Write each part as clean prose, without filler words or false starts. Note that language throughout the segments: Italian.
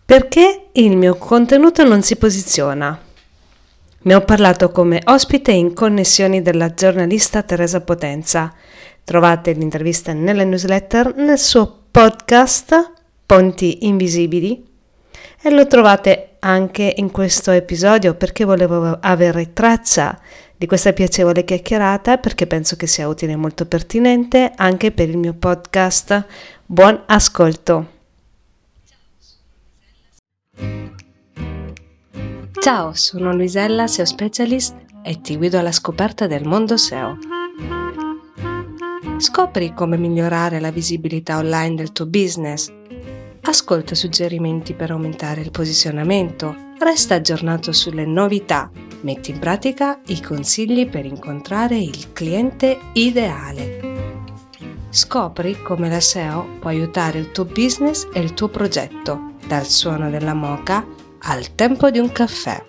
Perché il mio contenuto non si posiziona? Ne ho parlato come ospite in Connessioni della giornalista Teresa Potenza. Trovate l'intervista nella newsletter, nel suo podcast Ponti Invisibili e lo trovate anche in questo episodio perché volevo avere traccia di questa piacevole chiacchierata perché penso che sia utile e molto pertinente anche per il mio podcast. Buon ascolto! Ciao, sono Luisella, SEO Specialist e ti guido alla scoperta del mondo SEO. Scopri come migliorare la visibilità online del tuo business. Ascolta suggerimenti per aumentare il posizionamento. Resta aggiornato sulle novità. Metti in pratica i consigli per incontrare il cliente ideale. Scopri come la SEO può aiutare il tuo business e il tuo progetto, dal suono della moka al tempo di un caffè.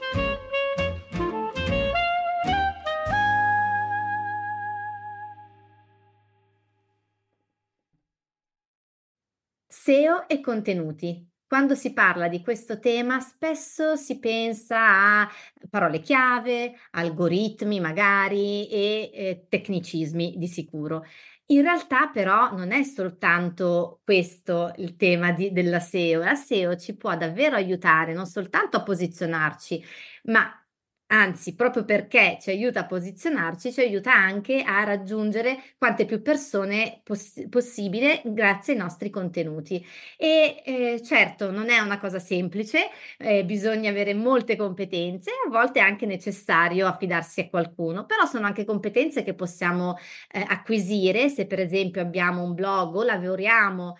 SEO e contenuti. Quando si parla di questo tema spesso si pensa a parole chiave, algoritmi magari e tecnicismi di sicuro. In realtà però non è soltanto questo il tema della SEO. La SEO ci può davvero aiutare non soltanto a posizionarci, ma anzi, proprio perché ci aiuta a posizionarci, ci aiuta anche a raggiungere quante più persone possibile grazie ai nostri contenuti. Certo, non è una cosa semplice, bisogna avere molte competenze, a volte è anche necessario affidarsi a qualcuno, però sono anche competenze che possiamo, acquisire se per esempio abbiamo un blog o lavoriamo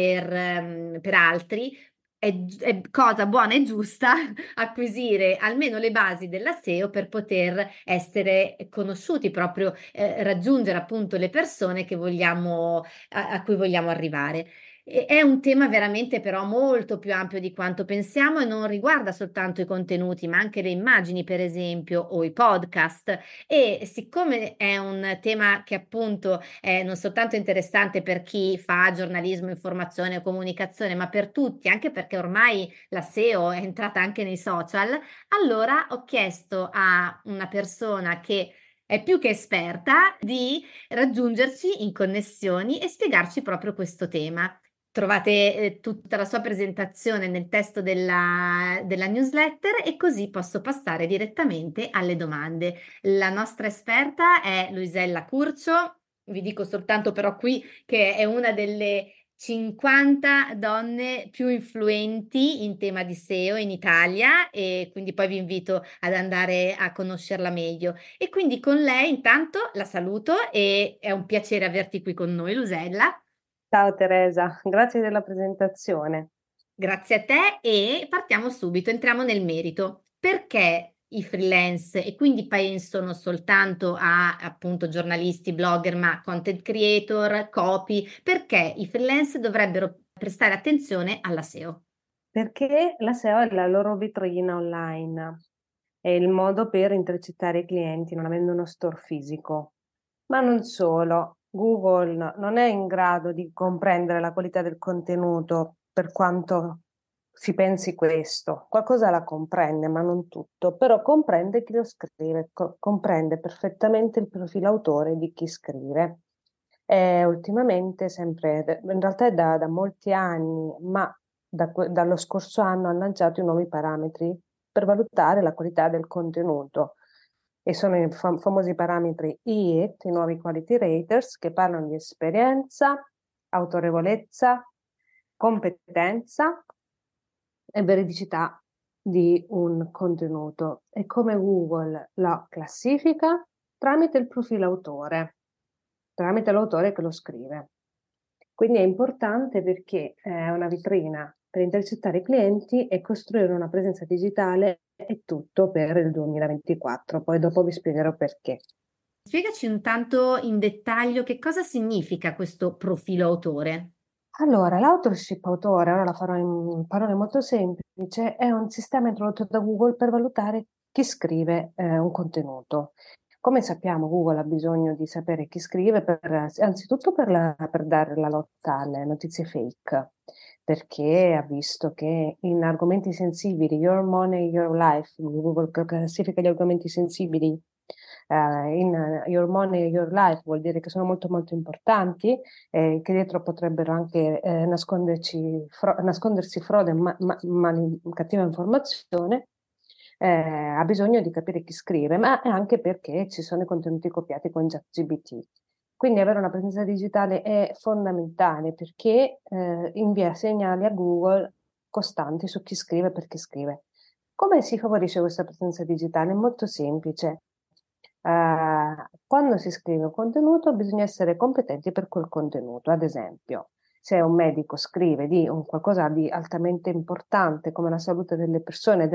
per altri. È cosa buona e giusta acquisire almeno le basi della SEO per poter essere conosciuti, proprio raggiungere appunto le persone che vogliamo, a cui vogliamo arrivare. È un tema veramente però molto più ampio di quanto pensiamo e non riguarda soltanto i contenuti, ma anche le immagini, per esempio, o i podcast. E siccome è un tema che appunto è non soltanto interessante per chi fa giornalismo, informazione o comunicazione, ma per tutti, anche perché ormai la SEO è entrata anche nei social, allora ho chiesto a una persona che è più che esperta di raggiungerci in connessioni e spiegarci proprio questo tema. Trovate tutta la sua presentazione nel testo della newsletter e così posso passare direttamente alle domande. La nostra esperta è Luisella Curcio, vi dico soltanto però qui che è una delle 50 donne più influenti in tema di SEO in Italia e quindi poi vi invito ad andare a conoscerla meglio. E quindi con lei intanto la saluto e è un piacere averti qui con noi, Luisella. Ciao Teresa, grazie della presentazione. Grazie a te e partiamo subito, entriamo nel merito. Perché i freelance, e quindi penso non soltanto a appunto giornalisti, blogger, ma content creator, copy, perché i freelance dovrebbero prestare attenzione alla SEO? Perché la SEO è la loro vetrina online, è il modo per intercettare i clienti non avendo uno store fisico. Ma non solo, Google non è in grado di comprendere la qualità del contenuto per quanto si pensi questo. Qualcosa la comprende, ma non tutto, però comprende chi lo scrive, comprende perfettamente il profilo autore di chi scrive. E ultimamente, sempre, in realtà è da molti anni, ma dallo scorso anno hanno lanciato i nuovi parametri per valutare la qualità del contenuto e sono i famosi parametri IET, i nuovi quality raters, che parlano di esperienza, autorevolezza, competenza e veridicità di un contenuto e come Google la classifica tramite il profilo autore, tramite l'autore che lo scrive. Quindi è importante perché è una vetrina per intercettare i clienti e costruire una presenza digitale è tutto per il 2024. Poi dopo vi spiegherò perché. Spiegaci intanto in dettaglio che cosa significa questo profilo autore. Allora, l'authorship autore, ora la farò in parole molto semplici, è un sistema introdotto da Google per valutare chi scrive un contenuto. Come sappiamo, Google ha bisogno di sapere chi scrive anzitutto per dare la lotta alle notizie fake, perché ha visto che in argomenti sensibili, Your Money, Your Life, Google classifica gli argomenti sensibili in Your Money, Your Life, vuol dire che sono molto molto importanti, che dietro potrebbero anche nascondersi frode, cattiva informazione. Ha bisogno di capire chi scrive, ma è anche perché ci sono i contenuti copiati con ChatGPT. Quindi avere una presenza digitale è fondamentale perché invia segnali a Google costanti su chi scrive e perché scrive. Come si favorisce questa presenza digitale? È molto semplice. Quando si scrive un contenuto bisogna essere competenti per quel contenuto. Ad esempio, se un medico scrive di un qualcosa di altamente importante come la salute delle persone,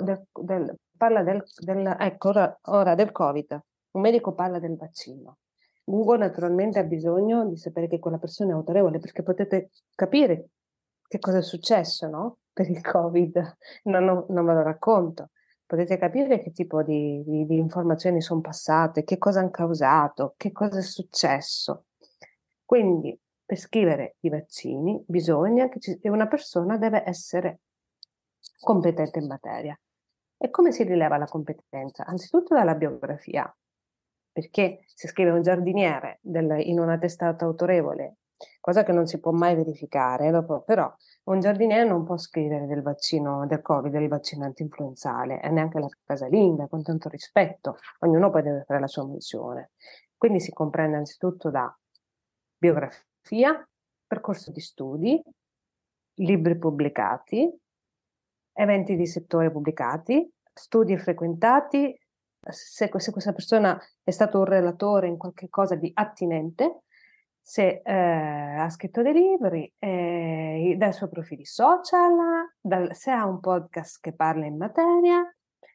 parla ecco, ora del Covid, un medico parla del vaccino. Google naturalmente ha bisogno di sapere che quella persona è autorevole perché potete capire che cosa è successo, no? Per il Covid. Non ve lo racconto. Potete capire che tipo di informazioni sono passate, che cosa hanno causato, che cosa è successo. Quindi, per scrivere i vaccini, bisogna che una persona deve essere competente in materia. E come si rileva la competenza? Anzitutto dalla biografia, perché se scrive un giardiniere in una testata autorevole, cosa che non si può mai verificare, però un giardiniere non può scrivere del vaccino del Covid, del vaccino antinfluenzale, e neanche la casalinga, con tanto rispetto, ognuno poi deve fare la sua missione. Quindi si comprende anzitutto da biografia, percorso di studi, libri pubblicati, eventi di settore pubblicati, studi frequentati, se questa persona è stato un relatore in qualche cosa di attinente, se ha scritto dei libri, dai suoi profili social, se ha un podcast che parla in materia,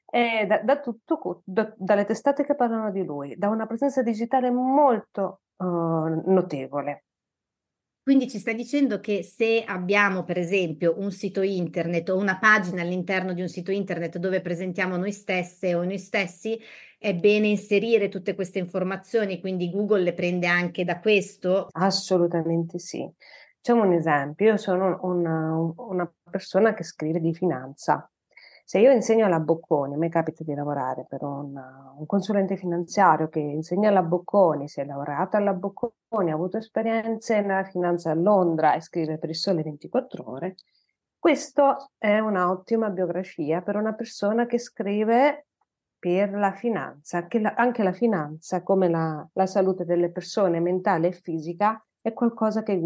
dalle testate che parlano di lui, da una presenza digitale molto notevole. Quindi ci stai dicendo che se abbiamo, per esempio, un sito internet o una pagina all'interno di un sito internet dove presentiamo noi stesse o noi stessi, è bene inserire tutte queste informazioni, quindi Google le prende anche da questo? Assolutamente sì. Facciamo un esempio, io sono una persona che scrive di finanza. Se io insegno alla Bocconi, a me capita di lavorare per un consulente finanziario che insegna alla Bocconi, si è laureato alla Bocconi, ha avuto esperienze nella finanza a Londra e scrive per il Sole 24 Ore, questo è un'ottima biografia per una persona che scrive per la finanza, anche la finanza, come la salute delle persone mentale e fisica, è qualcosa che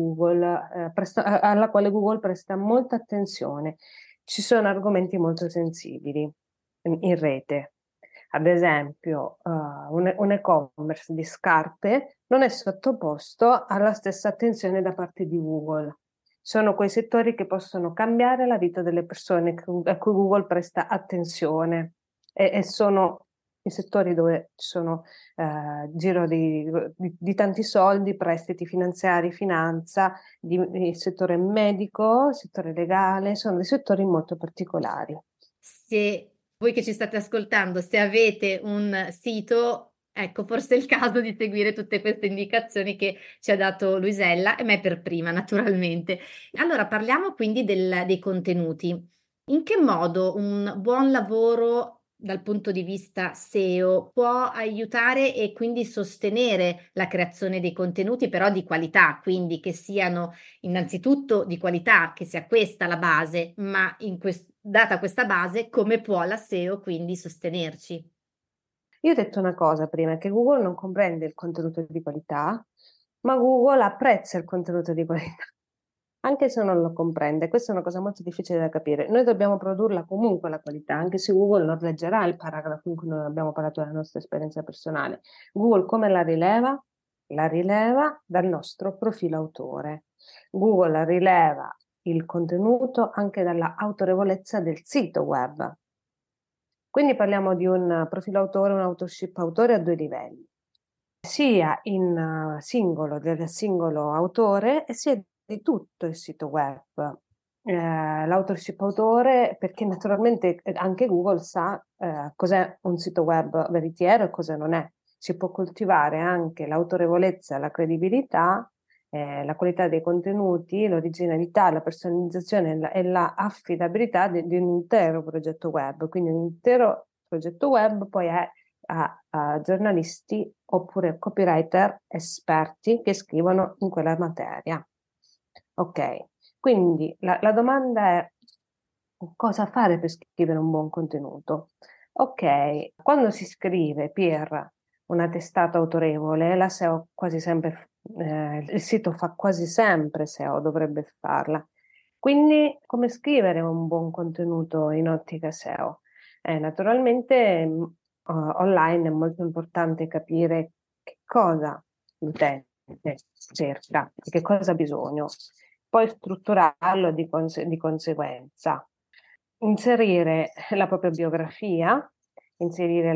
alla quale Google presta molta attenzione. Ci sono argomenti molto sensibili in rete. Ad esempio, un e-commerce di scarpe non è sottoposto alla stessa attenzione da parte di Google. Sono quei settori che possono cambiare la vita delle persone a cui Google presta attenzione e sono i settori dove ci sono giro di tanti soldi, prestiti finanziari, finanza, il settore medico, il settore legale, sono dei settori molto particolari. Se voi che ci state ascoltando, se avete un sito, ecco, forse è il caso di seguire tutte queste indicazioni che ci ha dato Luisella e me per prima, naturalmente. Allora, parliamo quindi dei contenuti. In che modo un buon lavoro dal punto di vista SEO può aiutare e quindi sostenere la creazione dei contenuti, però di qualità, quindi che siano innanzitutto di qualità, che sia questa la base, ma data questa base, come può la SEO quindi sostenerci? Io ho detto una cosa prima, che Google non comprende il contenuto di qualità, ma Google apprezza il contenuto di qualità, anche se non lo comprende. Questa è una cosa molto difficile da capire. Noi dobbiamo produrla comunque la qualità, anche se Google non leggerà il paragrafo in cui noi abbiamo parlato della nostra esperienza personale. Google come la rileva? La rileva dal nostro profilo autore. Google rileva il contenuto anche dalla autorevolezza del sito web. Quindi parliamo di un profilo autore, un authorship autore a due livelli, sia in singolo del singolo autore e sia di tutto il sito web. L'authorship autore, perché naturalmente anche Google sa cos'è un sito web veritiero e cosa non è. Si può coltivare anche l'autorevolezza e la credibilità la qualità dei contenuti, l'originalità, la personalizzazione e la affidabilità di un intero progetto web. Quindi un intero progetto web poi è a giornalisti oppure copywriter esperti che scrivono in quella materia. Ok, quindi la domanda è cosa fare per scrivere un buon contenuto? Ok, quando si scrive per una testata autorevole, la SEO quasi sempre, il sito fa quasi sempre SEO, dovrebbe farla. Quindi, come scrivere un buon contenuto in ottica SEO? Naturalmente, online è molto importante capire che cosa l'utente cerca e che cosa ha bisogno, poi strutturarlo di conseguenza. Inserire la propria biografia, inserire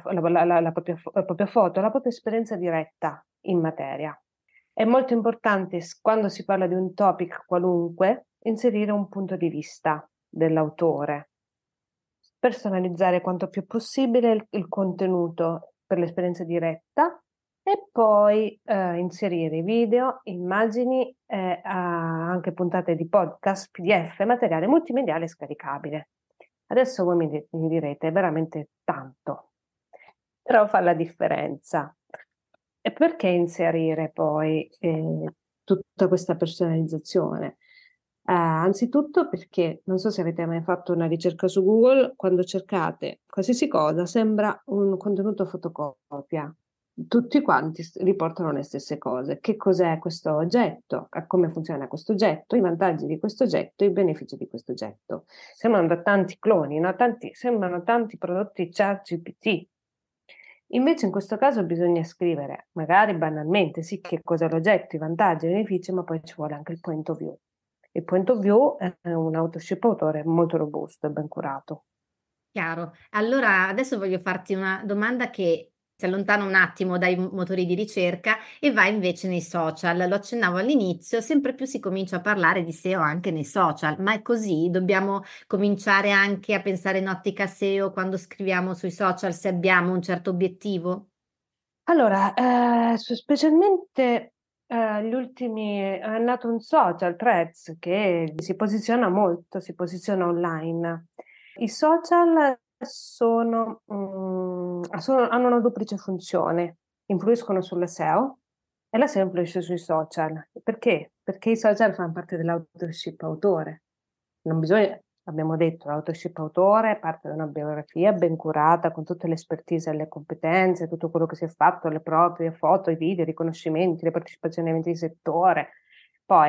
la propria foto, la propria esperienza diretta in materia. È molto importante, quando si parla di un topic qualunque, inserire un punto di vista dell'autore, personalizzare quanto più possibile il contenuto per l'esperienza diretta e poi inserire video, immagini, anche puntate di podcast, PDF, materiale multimediale scaricabile. Adesso voi mi direte, è veramente tanto, però fa la differenza. E perché inserire poi tutta questa personalizzazione? Anzitutto perché, non so se avete mai fatto una ricerca su Google, quando cercate qualsiasi cosa sembra un contenuto fotocopia. Tutti quanti riportano le stesse cose. Che cos'è questo oggetto? Come funziona questo oggetto? I vantaggi di questo oggetto, i benefici di questo oggetto. Sembrano tanti cloni, no? Sembrano tanti prodotti ChatGPT. Invece in questo caso bisogna scrivere, magari banalmente, sì, che cos'è l'oggetto, i vantaggi, i benefici, ma poi ci vuole anche il point of view. Il point of view è un authorship autore molto robusto e ben curato. Chiaro. Allora adesso voglio farti una domanda che si allontana un attimo dai motori di ricerca e va invece nei social. Lo accennavo all'inizio, sempre più si comincia a parlare di SEO anche nei social, ma è così? Dobbiamo cominciare anche a pensare in ottica SEO quando scriviamo sui social se abbiamo un certo obiettivo? Allora, specialmente gli ultimi, è nato un social, Threads, che si posiziona molto, si posiziona online. I social hanno una duplice funzione, influiscono sulla SEO e la SEO influisce sui social. Perché? Perché i social fanno parte dell'authorship autore. Non bisogna, abbiamo detto, l'authorship autore parte da una biografia ben curata, con tutte le expertise e le competenze, tutto quello che si è fatto, le proprie foto, i video, i riconoscimenti, le partecipazioni ai eventi di settore. Poi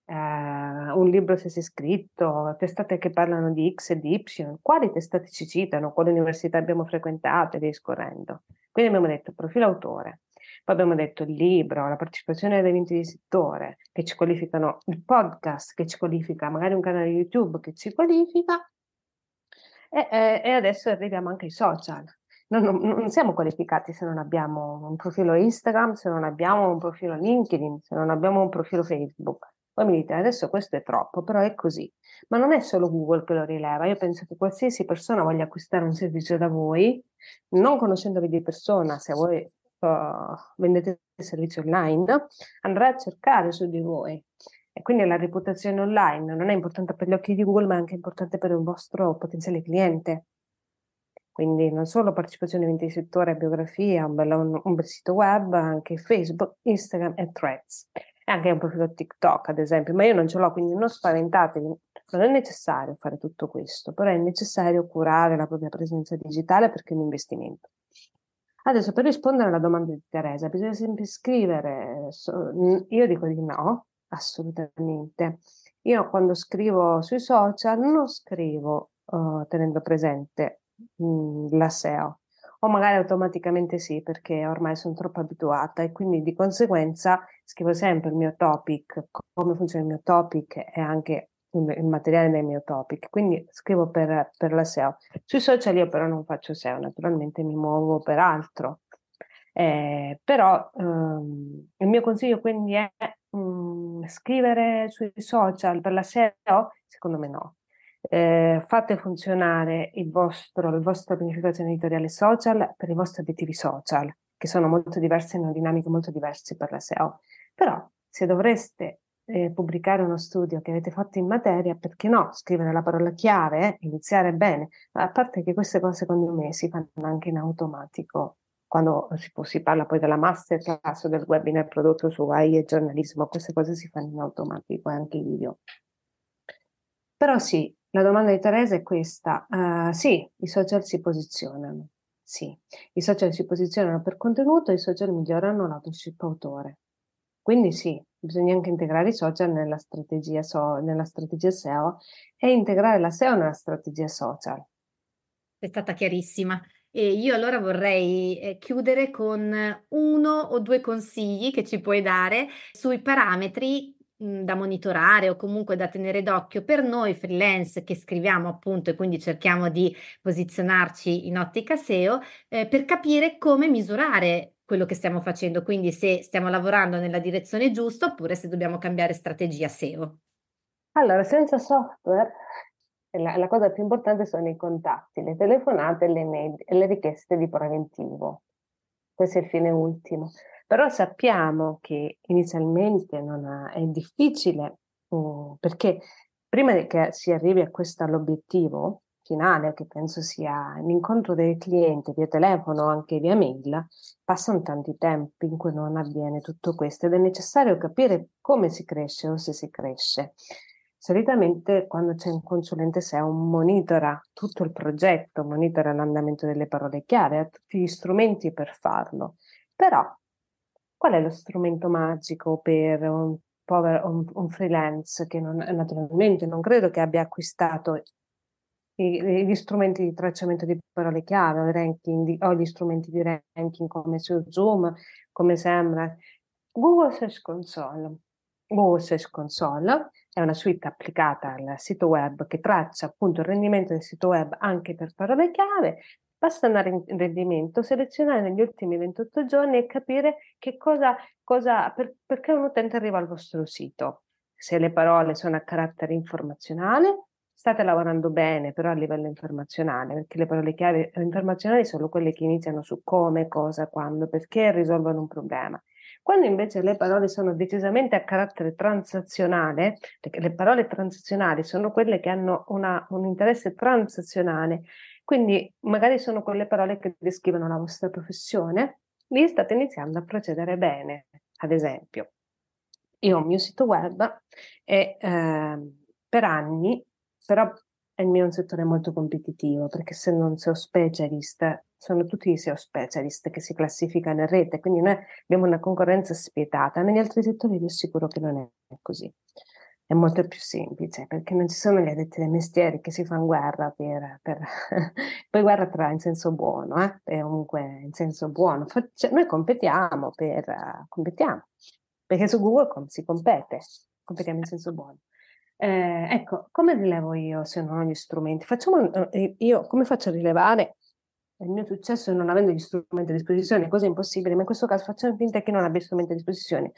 un libro se si è scritto, testate che parlano di X e di Y, quali testate ci citano, quali università abbiamo frequentato e via discorrendo. Quindi abbiamo detto profilo autore, poi abbiamo detto il libro, la partecipazione ad eventi di settore che ci qualificano, il podcast che ci qualifica, magari un canale YouTube che ci qualifica e adesso arriviamo anche ai social. Non siamo qualificati se non abbiamo un profilo Instagram, se non abbiamo un profilo LinkedIn, se non abbiamo un profilo Facebook. Poi mi dite, adesso questo è troppo, però è così. Ma non è solo Google che lo rileva. Io penso che qualsiasi persona voglia acquistare un servizio da voi, non conoscendovi di persona, se voi vendete servizi online, andrà a cercare su di voi. E quindi la reputazione online non è importante per gli occhi di Google, ma è anche importante per il vostro potenziale cliente. Quindi non solo partecipazione a eventi di settore, biografia, un bel sito web, anche Facebook, Instagram e Threads. E anche un profilo TikTok, ad esempio, ma io non ce l'ho, quindi non spaventatevi. Non è necessario fare tutto questo, però è necessario curare la propria presenza digitale perché è un investimento. Adesso, per rispondere alla domanda di Teresa, bisogna sempre scrivere, io dico di no, assolutamente. Io quando scrivo sui social non scrivo tenendo presente la SEO, o magari automaticamente sì, perché ormai sono troppo abituata e quindi di conseguenza scrivo sempre il mio topic, come funziona il mio topic e anche il materiale del mio topic, quindi scrivo per la SEO. Sui social io però non faccio SEO, naturalmente mi muovo per altro. Però il mio consiglio quindi è scrivere sui social per la SEO? Secondo me no. Fate funzionare la vostra pianificazione editoriale social per i vostri obiettivi social, che sono molto diversi e hanno dinamiche molto diverse per la SEO. Però se dovreste pubblicare uno studio che avete fatto in materia, perché no? Scrivere la parola chiave, iniziare bene. A parte che queste cose secondo me si fanno anche in automatico quando si parla poi della masterclass o del webinar prodotto su AI e giornalismo, queste cose si fanno in automatico e anche i video. Però sì, la domanda di Teresa è questa. Sì, i social si posizionano. Sì, i social si posizionano per contenuto e i social migliorano l'authorship autore. Quindi sì, bisogna anche integrare i social nella strategia SEO e integrare la SEO nella strategia social. È stata chiarissima. E io allora vorrei chiudere con uno o due consigli che ci puoi dare sui parametri da monitorare o comunque da tenere d'occhio per noi freelance che scriviamo appunto e quindi cerchiamo di posizionarci in ottica SEO per capire come misurare quello che stiamo facendo, quindi se stiamo lavorando nella direzione giusta oppure se dobbiamo cambiare strategia SEO. Allora, senza software, la cosa più importante sono i contatti, le telefonate, le mail e le richieste di preventivo. Questo è il fine ultimo. Però sappiamo che inizialmente è difficile, perché prima che si arrivi a questo all'obiettivo finale, che penso sia l'incontro del cliente via telefono o anche via mail, passano tanti tempi in cui non avviene tutto questo ed è necessario capire come si cresce o se si cresce. Solitamente quando c'è un consulente SEO monitora tutto il progetto, monitora l'andamento delle parole chiave, ha tutti gli strumenti per farlo. Però qual è lo strumento magico per un freelance che naturalmente non credo che abbia acquistato gli strumenti di tracciamento di parole chiave o, o gli strumenti di ranking come su Zoom, come sembra. Google Search Console. Google Search Console è una suite applicata al sito web che traccia appunto il rendimento del sito web anche per parole chiave. Basta andare in rendimento, selezionare negli ultimi 28 giorni e capire perché un utente arriva al vostro sito. Se le parole sono a carattere informazionale, state lavorando bene, però a livello informazionale, perché le parole chiave informazionali sono quelle che iniziano su come, cosa, quando, perché risolvono un problema. Quando invece le parole sono decisamente a carattere transazionale, perché le parole transazionali sono quelle che hanno un interesse transazionale, quindi magari sono quelle parole che descrivono la vostra professione, lì state iniziando a procedere bene. Ad esempio, io ho un mio sito web e per anni, però il mio è un settore molto competitivo, perché se non SEO specialist, sono tutti i SEO specialist che si classificano in rete, quindi noi abbiamo una concorrenza spietata. Negli altri settori vi assicuro che non è così. È molto più semplice, perché non ci sono gli addetti ai mestieri che si fanno guerra poi guerra tra in senso buono, e comunque in senso buono. Noi competiamo, perché su Google si competiamo in senso buono. Ecco, come rilevo io se non ho gli strumenti? Io come faccio a rilevare il mio successo non avendo gli strumenti a disposizione? Così è impossibile, ma in questo caso facciamo finta che non abbia strumenti a disposizione.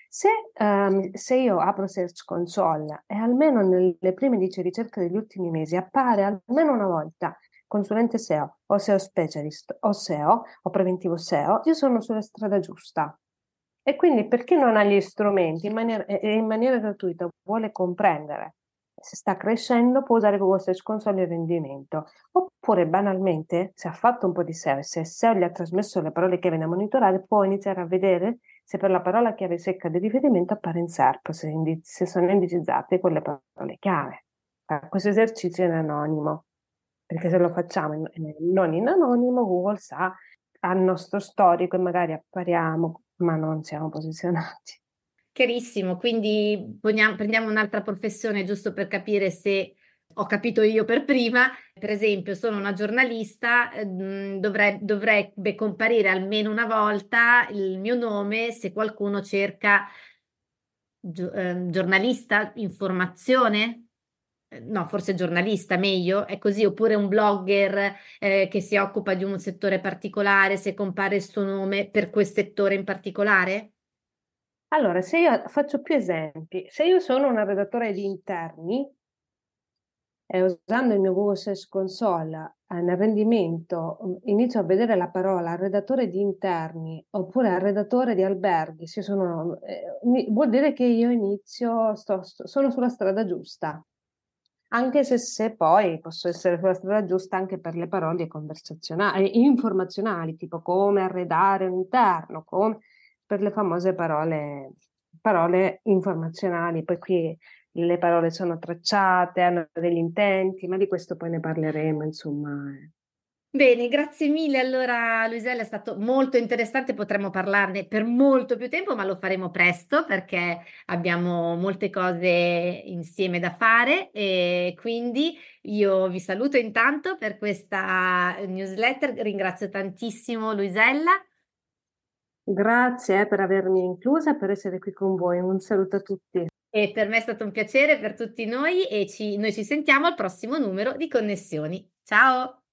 Se io apro Search Console e almeno nelle prime 10 ricerche degli ultimi mesi appare almeno una volta consulente SEO o SEO specialist o SEO o preventivo SEO, io sono sulla strada giusta. E quindi per chi non ha gli strumenti in maniera gratuita vuole comprendere se sta crescendo, può usare Google Search Console il rendimento. Oppure banalmente, se ha fatto un po' di SEO e se SEO gli ha trasmesso le parole chiave da monitorare, può iniziare a vedere se per la parola chiave secca di riferimento appare in SERP, se sono indicizzate quelle parole chiave. Questo esercizio è in anonimo, perché se lo facciamo non in anonimo, Google sa al nostro storico e magari appariamo, ma non siamo posizionati. Chiarissimo, quindi prendiamo un'altra professione giusto per capire se ho capito io per prima. Per esempio, sono una giornalista, dovrebbe comparire almeno una volta il mio nome se qualcuno cerca giornalista, informazione. No, forse giornalista, meglio, è così, oppure un blogger che si occupa di un settore particolare, se compare il suo nome per quel settore in particolare? Allora, se io faccio più esempi, se io sono una redattore di interni, e usando il mio Google Search Console nel rendimento inizio a vedere la parola arredatore di interni oppure arredatore di alberghi, vuol dire che io sono sulla strada giusta. Anche se poi posso essere sulla strada giusta anche per le parole conversazionali, informazionali, tipo come arredare un interno, come per le famose parole informazionali. Poi qui le parole sono tracciate, hanno degli intenti, ma di questo poi ne parleremo, insomma. Bene, grazie mille allora Luisella, è stato molto interessante, potremmo parlarne per molto più tempo, ma lo faremo presto perché abbiamo molte cose insieme da fare e quindi io vi saluto intanto per questa newsletter, ringrazio tantissimo Luisella Grazie, per avermi inclusa e per essere qui con voi. Un saluto a tutti. e per me è stato un piacere per tutti noi e noi ci sentiamo al prossimo numero di Connessioni. Ciao!